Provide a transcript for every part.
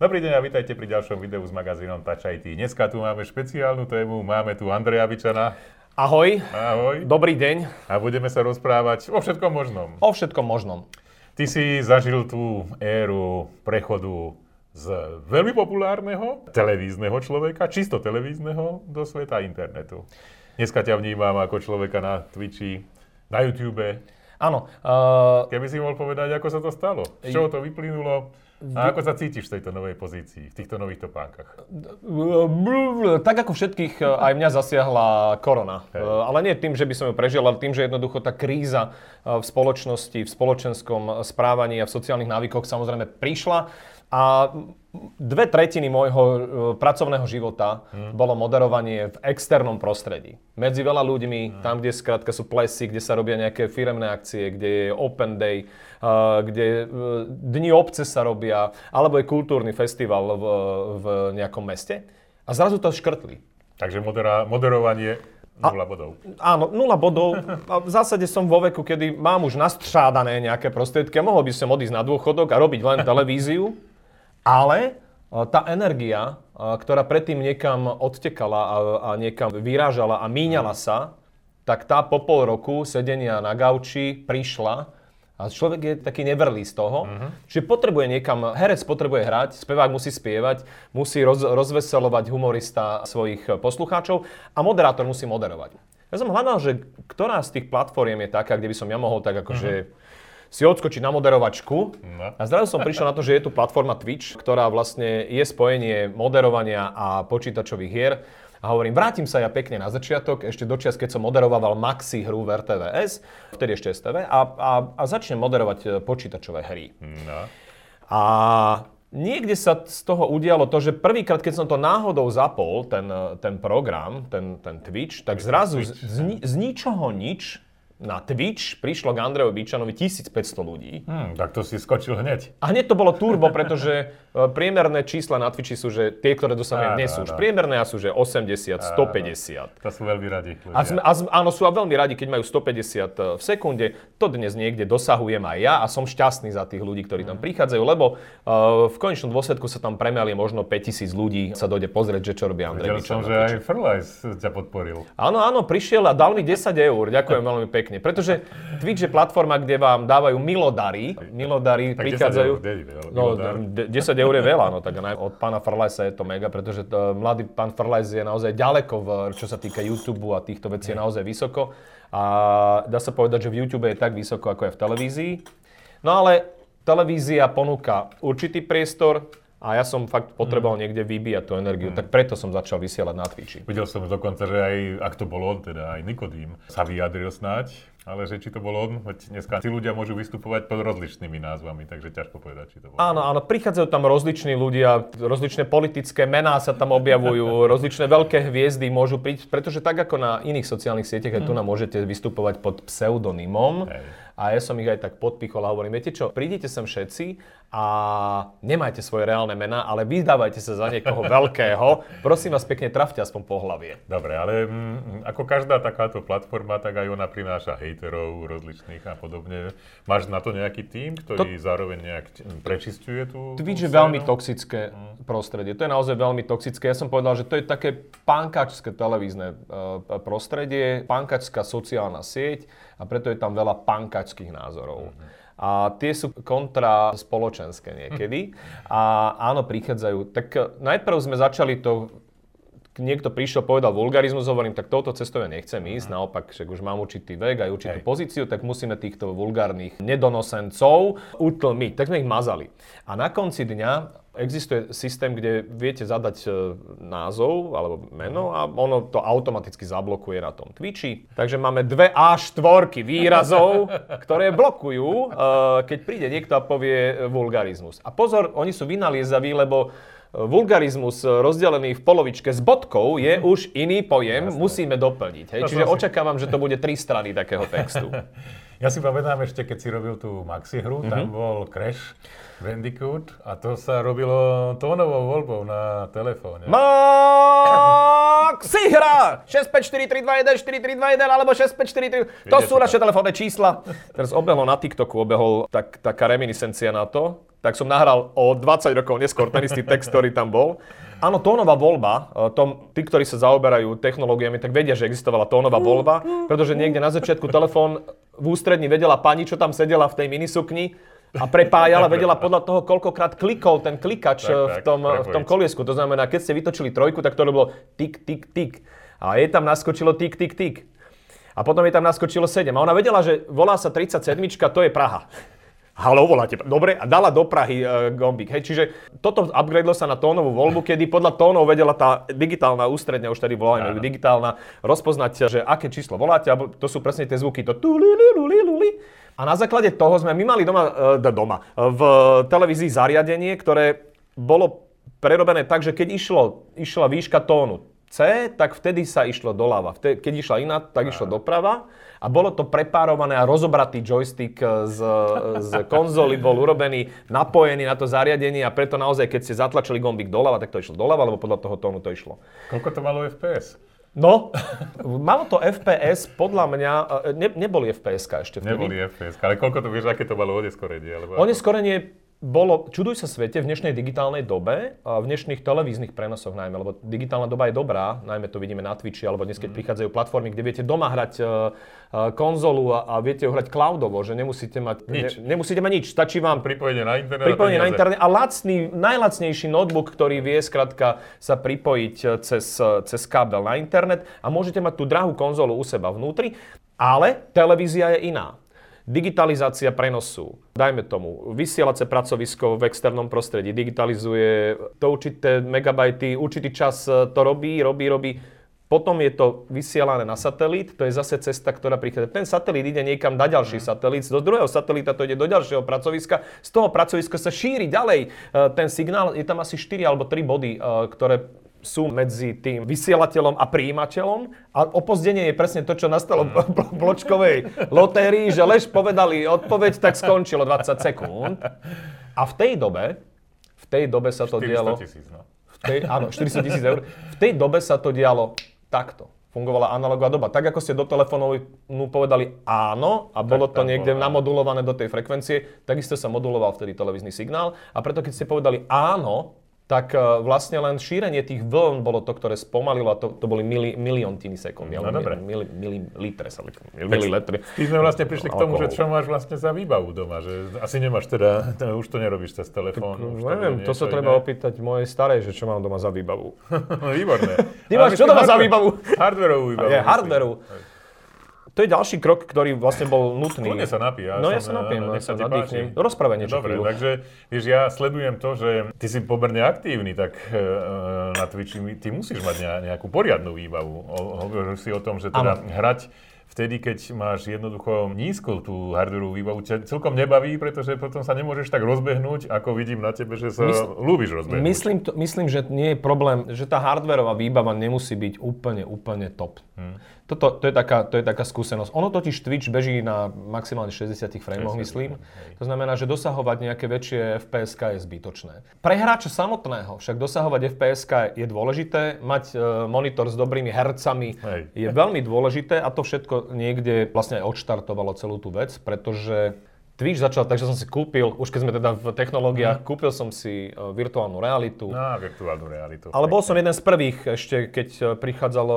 Dobrý deň a vítajte pri ďalšom videu s magazínom Touch IT. Dneska tu máme špeciálnu tému, máme tu Andreja Byčana. Ahoj. Ahoj. Dobrý deň. A budeme sa rozprávať o všetkom možnom. O všetkom možnom. Ty si zažil tú éru prechodu z veľmi populárneho televízneho človeka, čisto televízneho, do sveta internetu. Dneska ťa vnímam ako človeka na Twitchi, na YouTube. Áno. Keby si mohol povedať, ako sa to stalo? Z čoho to vyplynulo? A ako sa cítiš v tejto novej pozícii, v týchto nových topánkach? Tak ako všetkých, aj mňa zasiahla korona. Ale nie tým, že by som ju prežil, ale tým, že jednoducho tá kríza v spoločnosti, v spoločenskom správaní a v sociálnych návykoch samozrejme prišla. A 2/3 môjho pracovného života bolo moderovanie v externom prostredí. Medzi veľa ľuďmi, tam, kde skrátka sú plesy, kde sa robia nejaké firemné akcie, kde je open day, kde dni obce sa robia, alebo je kultúrny festival v nejakom meste. A zrazu to škrtli. Takže moderovanie 0 bodov. Áno, 0 bodov. A v zásade som vo veku, kedy mám už nastřádané nejaké prostriedky a mohol by som odísť na dôchodok a robiť len televíziu. Ale tá energia, ktorá predtým niekam odtekala a niekam vyrážala a míňala sa, tak tá po pol roku sedenia na gauči prišla a človek je taký nevrlý z toho. Čiže potrebuje niekam, herec potrebuje hrať, spevák musí spievať, musí rozveselovať humorista svojich poslucháčov a moderátor musí moderovať. Ja som hľadal, že ktorá z tých platform je taká, kde by som ja mohol tak akože si odskočiť na moderovačku. A zrazu som prišiel na to, že je tu platforma Twitch, ktorá vlastne je spojenie moderovania a počítačových hier. A hovorím, vrátim sa ja pekne na začiatok, ešte do čias, keď som moderoval Maxi hru v RTVS, vtedy ešte STV, a začnem moderovať počítačové hry. A niekde sa z toho udialo to, že prvýkrát, keď som to náhodou zapol, ten program, ten Twitch, tak zrazu z ničoho nič na Twitch prišlo k Andrejovi Byčanovi 1500 ľudí. Tak to si skočil hneď. A hneď to bolo turbo, pretože priemerné čísla na Twitchi sú, že tie, ktoré dosahujem dnes sú už priemerné a sú, že 80, 150. To sú veľmi radi ľudia. Áno, sú a veľmi radi, keď majú 150 v sekunde. To dnes niekde dosahujem aj ja a som šťastný za tých ľudí, ktorí tam prichádzajú, lebo v konečnom dôsledku sa tam premelie možno 5000 ľudí, sa dojde pozrieť, že čo robí Andrej Byčan. Videl som, že aj Ferlajs ťa podporil. Áno, prišiel a dal mi 10 eur. Ďakujem veľmi pekne. Pretože Twitch je platforma, kde vám dávajú milodary. Milodary tak prichádzajú. 10 eur je veľa, no tak od pána Ferlajsa je to mega, pretože mladý pán Ferlajs je naozaj ďaleko, čo sa týka YouTube a týchto vecí je naozaj vysoko. A dá sa povedať, že v YouTube je tak vysoko, ako je v televízii. No ale televízia ponúka určitý priestor a ja som fakt potreboval niekde vybíjať tú energiu, tak preto som začal vysielať na Twitchi. Videl som dokonca, že aj, ak to bol on, teda aj Nikodým, sa vyjadril snáď, ale že či to bol on, veď dneska tí ľudia môžu vystupovať pod rozličnými názvami, takže ťažko povedať, či to bol. Áno, prichádzajú tam rozliční ľudia, rozličné politické mená sa tam objavujú, rozličné veľké hviezdy môžu prísť, pretože tak ako na iných sociálnych sieťach, aj tu nám môžete vystupovať pod pseudonymom. A ja som ich aj tak podpichol a hovorím, viete čo, prídite sem všetci a nemajte svoje reálne mená, ale vydávajte sa za niekoho veľkého. Prosím vás pekne, trafte aspoň po hlavie. Dobre, ale ako každá takáto platforma, tak aj ona prináša hejterov rozličných a podobne. Máš na to nejaký tím, ktorý zároveň nejak prečisťuje tú Twitch je veľmi toxické prostredie. To je naozaj veľmi toxické. Ja som povedal, že to je také pánkačské televízne prostredie, pánkačská sociálna sieť a preto je tam veľa pánkačských názorov. A tie sú kontraspoločenské niekedy. A áno, prichádzajú. Tak najprv sme začali to, niekto prišiel, povedal vulgarizmus, hovorím, tak touto cestou ja nechcem ísť, naopak, však už mám určitý vek aj určitú pozíciu, tak musíme týchto vulgárnych nedonosencov utlmiť. Tak sme ich mazali. A na konci dňa existuje systém, kde viete zadať názov alebo meno a ono to automaticky zablokuje na tom Twitchi. Takže máme 2 A4 výrazov, ktoré blokujú, keď príde niekto a povie vulgarizmus. A pozor, oni sú vynaliezaví, lebo vulgarizmus rozdelený v polovičke s bodkou je už iný pojem, musíme doplniť. Hej? Čiže očakávam, že to bude 3 strany takého textu. Ja si pamätám ešte, keď si robil tú Maxi hru, tam bol Crash Bandicoot a to sa robilo tónovou voľbou na telefóne. Max! Tok si hrá 65431 4321 alebo 65431. To sú naše telefónne čísla. Teraz obehlo na TikToku, taká reminiscencia na to. Tak som nahral o 20 rokov neskôr ten istý text, ktorý tam bol. Áno, tónová voľba, tí, ktorí sa zaoberajú technológiami, tak vedia, že existovala tónová voľba, pretože niekde na začiatku telefón v ústredni vedela pani, čo tam sedela v tej minisukni a prepájala, vedela podľa toho, koľkokrát klikol ten klikač v tom koliesku. To znamená, keď ste vytočili trojku, tak to robilo tik, tik, tik. A jej tam naskočilo tik, tik, tik. A potom jej tam naskočilo 7. A ona vedela, že volá sa 37, to je Praha. Haló, voláte. Dobre, a dala do Prahy gombík. Hej, čiže toto upgradeilo sa na tónovú voľbu, kedy podľa tónov vedela tá digitálna ústredňa, už tady voláme digitálna, rozpoznať, že aké číslo voláte, alebo to sú presne tie zvuky, to tulililuliluli. A na základe toho sme my mali doma v televízii zariadenie, ktoré bolo prerobené tak, že keď išla výška tónu C, tak vtedy sa išlo doľava. Keď išla iná, tak išlo doprava. A bolo to prepárované a rozobratý joystick z konzoly bol urobený, napojený na to zariadenie a preto naozaj, keď ste zatlačili gombík doľava, tak to išlo doľava, lebo podľa toho tónu to išlo. Koľko to malo FPS? No, malo to FPS, podľa mňa, neboli FPS-ka ešte vtedy. Neboli FPS-ka, ale koľko to vieš, aké to malo oneskorenie? Oneskorenie bolo, čuduj sa svete, v dnešnej digitálnej dobe, v dnešných televíznych prenosoch najmä, lebo digitálna doba je dobrá, najmä to vidíme na Twitchi, alebo dnes, keď prichádzajú platformy, kde viete doma hrať konzolu a viete ho hrať cloudovo, že nemusíte mať nič, stačí vám pripojenie na internet a najlacnejší notebook, ktorý vie skrátka sa pripojiť cez kábel na internet a môžete mať tú drahú konzolu u seba vnútri, ale televízia je iná. Digitalizácia prenosu, dajme tomu, vysielace pracovisko v externom prostredí, digitalizuje to určité megabajty, určitý čas to robí. Potom je to vysielané na satelít, to je zase cesta, ktorá prichádza. Ten satelít ide niekam na ďalší satelít, do druhého satelíta to ide do ďalšieho pracoviska, z toho pracoviska sa šíri ďalej ten signál, je tam asi 4 alebo 3 body, ktoré sú medzi tým vysielateľom a prijímateľom a opozdenie je presne to, čo nastalo v bločkovej lotérii, že lež povedali odpoveď, tak skončilo 20 sekúnd. A v tej dobe sa to dialo... 400 000, no. Áno, 400 000 eur. V tej dobe sa to dialo takto. Fungovala analogová doba. Tak, ako ste do telefónu povedali áno a bolo to niekde namodulované do tej frekvencie, takisto sa moduloval vtedy televízny signál a preto, keď ste povedali áno, tak vlastne len šírenie tých vln bolo to, ktoré spomalilo a to boli miliontiny sekundy. No dobre. Mililitre. Ty sme vlastne prišli k tomu, že čo máš vlastne za výbavu doma, že asi nemáš teda, už to nerobíš cez telefón. Neviem, to sa treba opýtať mojej starej, že čo mám doma za výbavu. Výborné. Ty máš čo doma za výbavu? Hardwareovú výbavu. Hardwareovú. To je ďalší krok, ktorý vlastne bol nutný. Kľudne sa napí. Ja sa napím, ja sa nadýchnem. Rozprávaj niečo chvíľu. Dobre, takže vieš, ja sledujem to, že ty si pomerne aktívny, tak na Twitchi ty musíš mať nejakú poriadnu výbavu. Hovoríš si o tom, že teda hrať vtedy, keď máš jednoducho nízko tú hardwareovú výbavu, ťa celkom nebaví, pretože potom sa nemôžeš tak rozbehnúť, ako vidím na tebe, že sa ľúbiš rozbehnúť. Myslím, že nie je problém, že tá hardwareová výbava nemusí byť úplne top. To je taká skúsenosť. Ono totiž Twitch beží na maximálne 60 frameoch, myslím. To znamená, že dosahovať nejaké väčšie FPS-ka je zbytočné. Pre hráča samotného však dosahovať FPS-ka je dôležité. Mať monitor s dobrými hercami je veľmi dôležité a to všetko niekde vlastne aj odštartovalo celú tú vec, pretože Twitch začal tak, že som si kúpil, už keď sme teda v technológiách, kúpil som si virtuálnu realitu. Virtuálnu realitu. Ale bol som jeden z prvých ešte, keď prichádzalo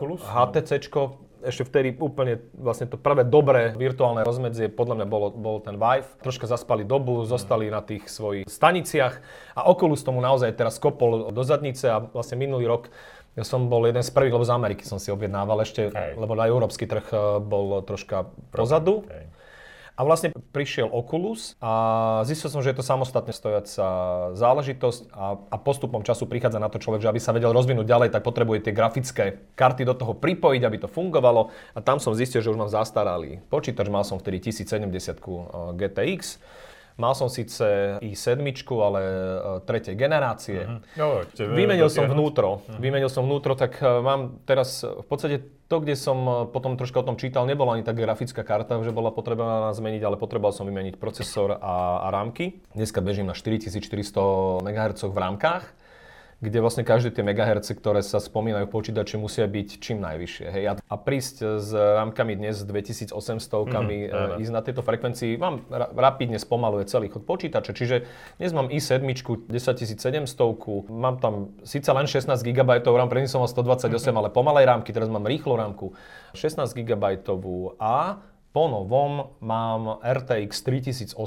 HTCčko, ešte vtedy úplne vlastne to prvé dobré virtuálne rozmedzie, podľa mňa bol ten Vive. Troška zaspali dobu, zostali na tých svojich staniciach a Oculus tomu naozaj teraz kopol do zadnice a vlastne minulý rok ja som bol jeden z prvých, lebo z Ameriky som si objednával ešte, lebo na európsky trh bol troška pozadu. A vlastne prišiel Oculus a zistil som, že je to samostatne stojaca záležitosť a postupom času prichádza na to človek, že aby sa vedel rozvinúť ďalej, tak potrebuje tie grafické karty do toho pripojiť, aby to fungovalo. A tam som zistil, že už mám zastaralý počítač, mal som vtedy 1070 GTX. Mal som síce i7, ale tretej generácie. Vymenil som vnútro, tak mám teraz v podstate to, kde som potom troška o tom čítal, nebola ani tak grafická karta, že bola potrebná zmeniť, ale potreboval som vymeniť procesor a rámky. Dneska bežím na 4400 MHz v rámkach. kde vlastne každé tie megaherce, ktoré sa spomínajú v počítači, musia byť čím najvyššie. Hej? A prísť s rámkami dnes s 2800-kami, ísť na tejto frekvencii, vám rapidne spomaluje celý chod počítača. Čiže dnes mám i7, 10700, mám tam síce len 16 GB RAM, predtým som mal 128, ale pomalej rámky, teraz mám rýchlu rámku, 16 GB a po novom mám RTX 3080.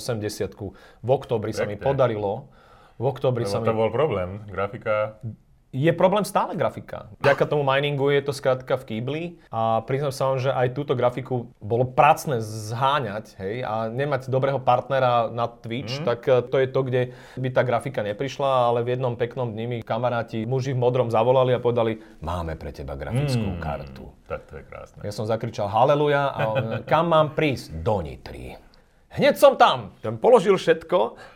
V októbri sa mi podarilo. To bol problém. Grafika... Je problém stále grafika. Vďaka tomu miningu je to skrátka v kýbli a priznám sa vám, že aj túto grafiku bolo pracné zháňať, hej, a nemať dobrého partnera na Twitch, tak to je to, kde by tá grafika neprišla, ale v jednom peknom dni mi kamaráti, muži v modrom zavolali a povedali, máme pre teba grafickú kartu. Tak to je krásne. Ja som zakričal haleluja a on, kam mám prísť? Do Nitry. Hneď som tam. Tam položil všetko,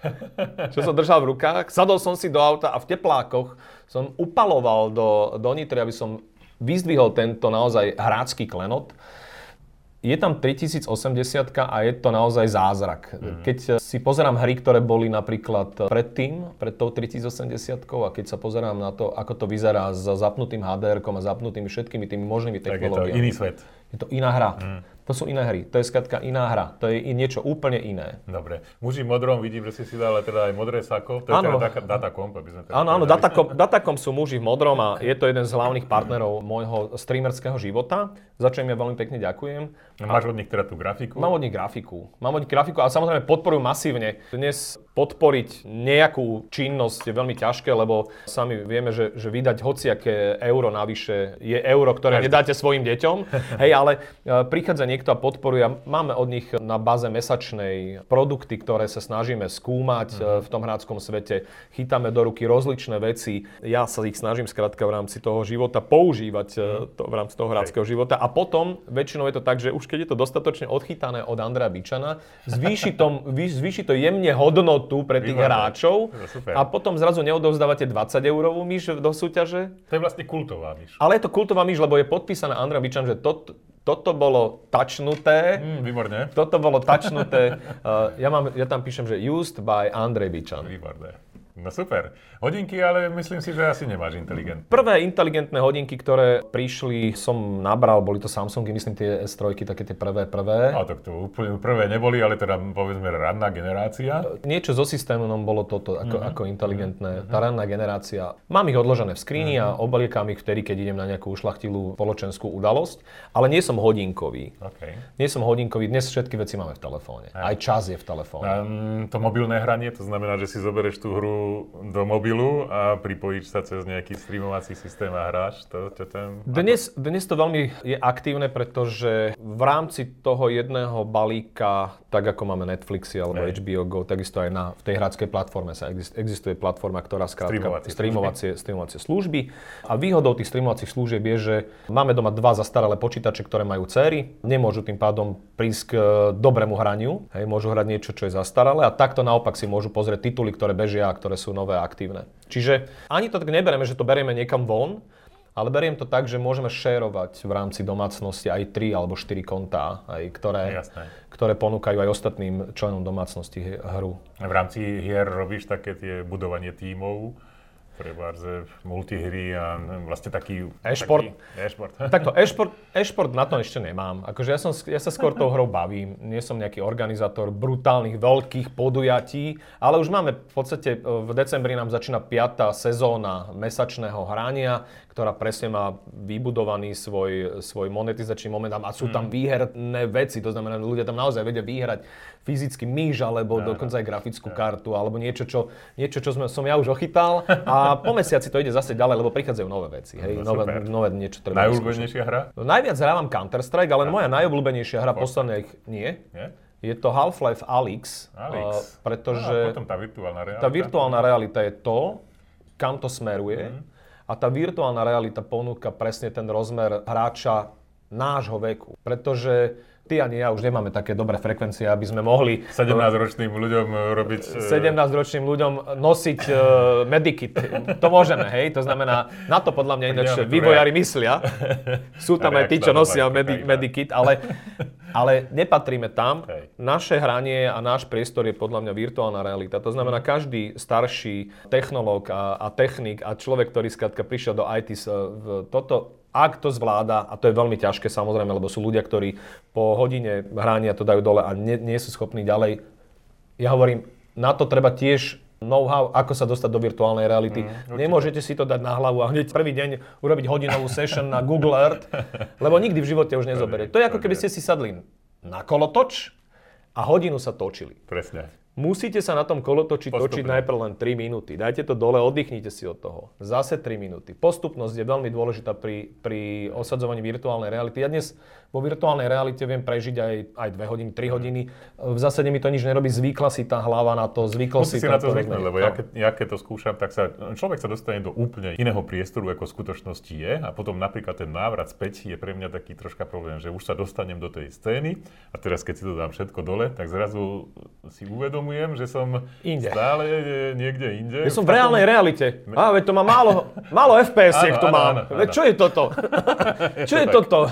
čo som držal v rukách, sadol som si do auta a v teplákoch som upaloval do Nitry, aby som vyzdvihol tento naozaj hráčský klenot. Je tam 3080 a je to naozaj zázrak. Keď si pozerám hry, ktoré boli napríklad pred tou 3080 a keď sa pozerám na to, ako to vyzerá s zapnutým HDR-kom a zapnutými všetkými tými možnými technológiami. Tak je to iný svet. Je to iná hra. To sú iné hry. To je skrátka iná hra. To je niečo úplne iné. Dobre. Muži v modrom, vidím, že si dal teda aj modré sako. To je teda Datacom, aby sme teda... Áno, Datacom sú muži v modrom a je to jeden z hlavných partnerov môjho streamerského života, za čo im ja veľmi pekne ďakujem. Máš od nich teda tú grafiku? Mám od nich grafiku a samozrejme podporujú masívne. Dnes podporiť nejakú činnosť je veľmi ťažké, lebo sami vieme, že vydať hociaké euro navyše je euro, ktoré nedáte svojim deťom. Hej, ale prichádza niekto a podporuje. Máme od nich na báze mesačnej produkty, ktoré sa snažíme skúmať v tom hráčskom svete. Chytáme do ruky rozličné veci. Ja sa ich snažím skrátka v rámci toho života používať v rámci toho hráčskeho života. A potom väčšinou je to tak, že už keď je to dostatočne odchytané od Andreja Bičana, zvýši to jemne hodnotu pre tých hráčov a potom zrazu neodovzdávate 20-eurovú myš do súťaže. To je vlastne kultová myš. Ale je to kultová myš, lebo je podpísaná Andrej Bičan, že toto bolo tačnuté. Výborné. Toto bolo tačnuté. Ja tam píšem, že used by Andrej Bičan. Výborné. No super. Hodinky, ale myslím si, že asi nemáš inteligentné. Prvé inteligentné hodinky, ktoré prišli, som nabral, boli to Samsungy, myslím tie S3, také tie prvé. A tak to úplne prvé neboli, ale teda povedzme ranná generácia. Niečo so systémom bolo toto ako inteligentné, tá ranná generácia. Mám ich odložené v skrini a obliekam ich vtedy, keď idem na nejakú ušľachtilú spoločenskú udalosť, ale nie som hodinkový. Okay. Nie som hodinkový, dnes všetky veci máme v telefóne. Aj čas je v telefóne. To mobilné hranie, to znamená, že si zoberieš tú hru do mobilu a pripojíš sa cez nejaký streamovací systém a hráš to, čo tam... Dnes to veľmi je aktívne, pretože v rámci toho jedného balíka, tak ako máme Netflixy alebo HBO Go, takisto aj v tej hráčskej platforme existuje platforma, ktorá skrátka streamovacie služby. A výhodou tých streamovacích služieb je, že máme doma dva zastaralé počítače, ktoré majú céry, nemôžu tým pádom prísť k dobrému hraniu, môžu hrať niečo, čo je zastaralé a takto naopak si môžu pozrieť tituly, ktoré bežia a ktoré sú nové a aktívne. Čiže ani to tak neberieme, že to berieme niekam von, ale beriem to tak, že môžeme šerovať v rámci domácnosti aj 3 alebo 4 kontá, aj ktoré ponúkajú aj ostatným členom domácnosti hru. V rámci hier robíš také tie budovanie tímov, trebárs multihry a vlastne taký... E-šport. Takto, e-šport na to ešte nemám. Akože ja sa skôr tou hrou bavím. Nie som nejaký organizátor brutálnych, veľkých podujatí, ale už máme v podstate, v decembri nám začína 5. sezóna mesačného hrania, ktorá presne má vybudovaný svoj monetizačný moment a sú tam výherné veci, to znamená, ľudia tam naozaj vedia vyhrať fyzicky myš, alebo dokonca aj grafickú kartu, alebo niečo, čo som ja už ochytal a po mesiaci to ide zase ďalej, lebo prichádzajú nové veci, hej, nové niečo treba. Najobľúbenejšia hra? Najviac hrávam Counter-Strike, ale moja najobľúbenejšia hra posledných je to Half-Life Alyx, pretože potom tá virtuálna realita. Tá virtuálna realita je to, kam to smeruje. A tá virtuálna realita ponúka presne ten rozmer hráča nášho veku. Pretože ty ani ja už nemáme také dobré frekvencie, aby sme mohli 17-ročným ľuďom robiť... 17-ročným ľuďom nosiť medikit. To môžeme, hej? To znamená, na to podľa mňa ináč vývojári myslia. Sú tam aj tí, čo nosia medikit, ale nepatríme tam. Naše hranie a náš priestor je podľa mňa virtuálna realita. To znamená, každý starší technológ a technik a človek, ktorý skrátka prišiel do IT, toto, ak to zvláda, a to je veľmi ťažké samozrejme, lebo sú ľudia, ktorí po hodine hrania to dajú dole a nie sú schopní ďalej. Ja hovorím, na to treba tiež know-how, ako sa dostať do virtuálnej reality. Nemôžete si to dať na hlavu a hneď prvý deň urobiť hodinovú session na Google Earth, lebo nikdy v živote už nezoberie. To je ako keby ste si sadli na kolotoč a hodinu sa točili. Presne. Musíte sa na tom kolotoči točiť najprv len 3 minúty. Dajte to dole, oddychnite si od toho. Zase 3 minúty. Postupnosť je veľmi dôležitá pri osadzovaní virtuálnej reality. Ja dnes vo virtuálnej realite viem prežiť aj 2 hodiny, 3 hodiny. V zásade mi to nič nerobí. Zvykla si tá hlava na to, zvykol si na to zvyknúť, lebo ja keď to skúšam, tak človek sa dostane do úplne iného priestoru, ako v skutočnosti je. A potom napríklad ten návrat späť je pre mňa taký troška problém, že už sa dostanem do tej scény a teraz keď si to dám všetko dole, tak zrazu si uvedomujem, že som stále niekde inde. Ja som v reálnej realite. Veď to má málo FPS-iek tu mám. Veď čo je toto? Čo je toto?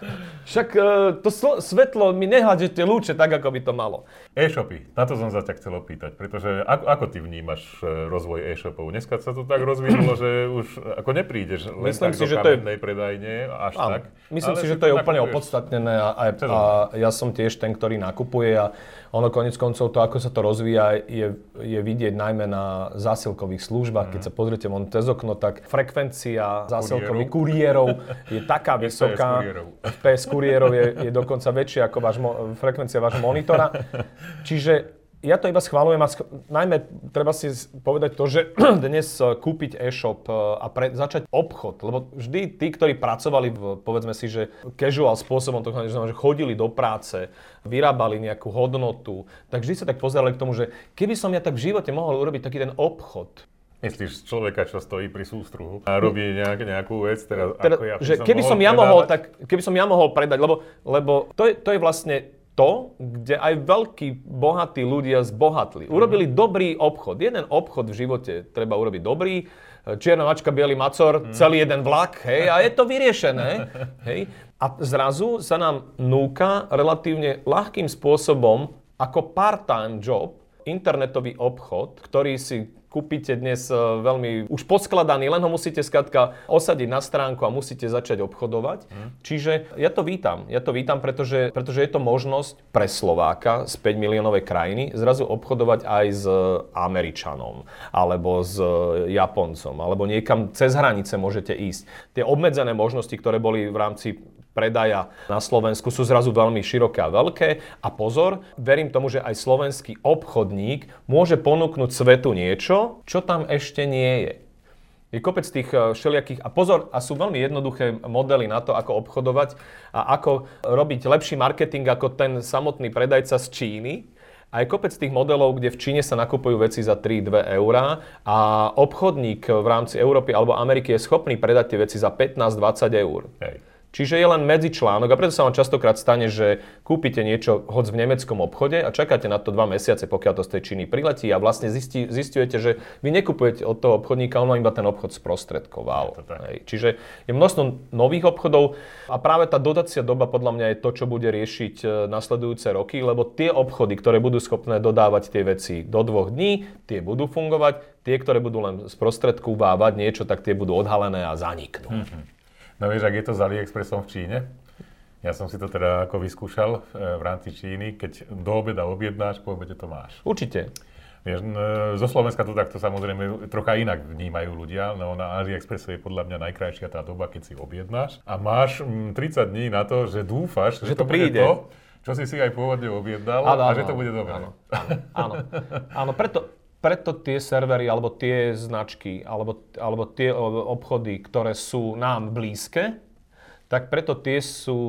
Však to svetlo mi nehádže tie lúče tak, ako by to malo. E-shopy, na to som sa ťa chcel opýtať, pretože ako ty vnímaš rozvoj e-shopov? Dneska sa to tak rozvinulo, že už ako neprídeš len tak do kamennej predajne, až tak. Myslím si, že to je úplne opodstatnené a ja som tiež ten, ktorý nakupuje a ono konec koncov to, ako sa to rozvíja, je vidieť najmä na zásielkových službách. Keď sa pozriete von cez okno, tak frekvencia zásielkových kuriérov je taká vysoká. FPS kuriérov je dokonca väčšia ako frekvencia vášho monitora. Čiže ja to iba schvaľujem a najmä treba si povedať to, že dnes kúpiť e-shop a začať obchod, lebo vždy tí, ktorí pracovali povedzme si, že casual spôsobom, to znamená, že chodili do práce, vyrábali nejakú hodnotu, tak vždy sa tak pozerali k tomu, že keby som ja tak v živote mohol urobiť taký ten obchod. Myslíš človeka, čo stojí pri sústruhu a robí nejakú vec, teraz ako ja že keby som ja mohol predať, lebo to je vlastne to, kde aj veľkí, bohatí ľudia zbohatli. Urobili dobrý obchod. Jeden obchod v živote treba urobiť dobrý. Čierna mačka, biely macor, celý jeden vlak, hej, a je to vyriešené. Hej. A zrazu sa nám núka relatívne ľahkým spôsobom ako part-time job, internetový obchod, ktorý si kúpite dnes veľmi už poskladaný, len ho musíte skrátka osadiť na stránku a musíte začať obchodovať. Čiže ja to vítam, pretože je to možnosť pre Slováka z 5 miliónovej krajiny zrazu obchodovať aj s Američanom, alebo s Japoncom, alebo niekam cez hranice môžete ísť. Tie obmedzené možnosti, ktoré boli v rámci predaja na Slovensku sú zrazu veľmi široké a veľké. A pozor, verím tomu, že aj slovenský obchodník môže ponúknuť svetu niečo, čo tam ešte nie je. Je kopec tých všelijakých, a pozor, a sú veľmi jednoduché modely na to, ako obchodovať a ako robiť lepší marketing ako ten samotný predajca z Číny. A je kopec tých modelov, kde v Číne sa nakupujú veci za 3-2 eurá a obchodník v rámci Európy alebo Ameriky je schopný predať tie veci za 15-20 eur. Hej. Čiže je len medzičlánok a preto sa vám častokrát stane, že kúpite niečo hoď v nemeckom obchode a čakáte na to 2 mesiace, pokiaľ to z tej Číny priletí a vlastne zisťujete, že vy nekupujete od toho obchodníka, on vám iba ten obchod sprostredkoval. Čiže je množstvo nových obchodov a práve tá dodacia doba podľa mňa je to, čo bude riešiť nasledujúce roky, lebo tie obchody, ktoré budú schopné dodávať tie veci do 2 dní, tie budú fungovať, tie, ktoré budú len sprostredkovávať niečo, tak tie budú odhalené a zaniknú. No vieš, ak je to s AliExpressom v Číne, ja som si to teda ako vyskúšal v rámci Číny, keď do obeda objednáš, po obede to máš. Určite. Vieš, zo Slovenska to takto samozrejme trocha inak vnímajú ľudia, no na AliExpresse je podľa mňa najkrajšia tá doba, keď si objednáš a máš 30 dní na to, že dúfaš, že to príde to, čo si aj pôvodne objednal a že to bude dobré. Áno, preto tie servery, alebo tie značky, alebo tie obchody, ktoré sú nám blízke, tak preto tie sú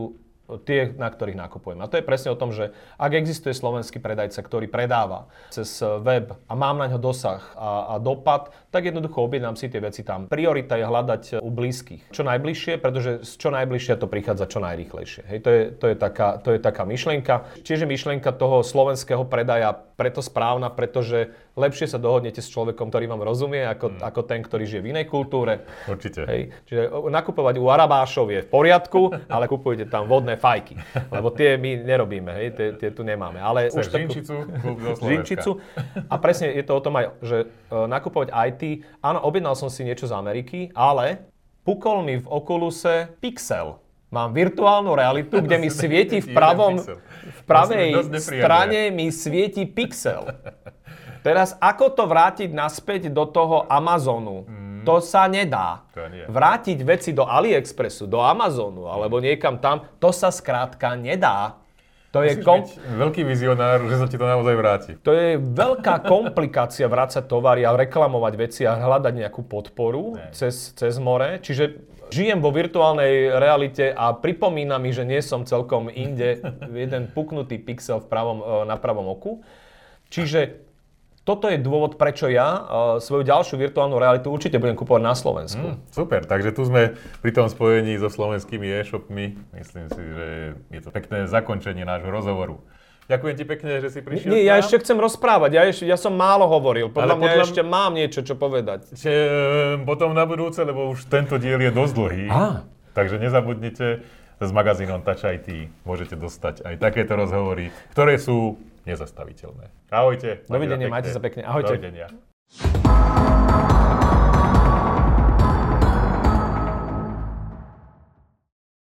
tie, na ktorých nakupujem. A to je presne o tom, že ak existuje slovenský predajca, ktorý predáva cez web a mám na ňo dosah a dopad, tak jednoducho objednám si tie veci tam. Priorita je hľadať u blízkych. Čo najbližšie, pretože z čo najbližšie to prichádza čo najrýchlejšie. Hej, to je taká myšlienka. Čiže myšlienka toho slovenského predaja preto správna, pretože lepšie sa dohodnete s človekom, ktorý vám rozumie, ako ten, ktorý žije v inej kultúre. Určite. Hej. Čiže nakupovať u Arabášov je v poriadku, ale kupujete tam vodné fajky. Lebo tie my nerobíme, hej, tie tu nemáme. Ale už Žinčicu, klub zo Slovenska. Žinčicu. A presne je to o tom aj, že nakupovať IT, áno, objednal som si niečo z Ameriky, ale pukol mi v Oculuse Pixel. Mám virtuálnu realitu, kde mi svieti v pravej strane mi svieti pixel. Teraz ako to vrátiť naspäť do toho Amazonu? To sa nedá. Vrátiť veci do AliExpressu, do Amazonu alebo niekam tam, to sa skrátka nedá. To je byť veľký vizionár, že sa ti to naozaj vráti. To je veľká komplikácia vrácať tovary a reklamovať veci a hľadať nejakú podporu cez more. Čiže žijem vo virtuálnej realite a pripomína mi, že nie som celkom inde, jeden puknutý pixel na pravom oku. Čiže toto je dôvod, prečo ja svoju ďalšiu virtuálnu realitu určite budem kupovať na Slovensku. Super, takže tu sme pri tom spojení so slovenskými e-shopmi. Myslím si, že je to pekné zakončenie nášho rozhovoru. Ďakujem ti pekne, že si prišiel. Nie, ja ešte chcem rozprávať. Ja som málo hovoril. Podľa mňa ešte mám niečo, čo povedať. Potom na budúce, lebo už tento diel je dosť dlhý. Takže nezabudnite, s magazínom Touch IT môžete dostať aj takéto rozhovory, ktoré sú nezastaviteľné. Ahojte. Dovidenia, majte sa pekne. Ahojte. Dovidenia.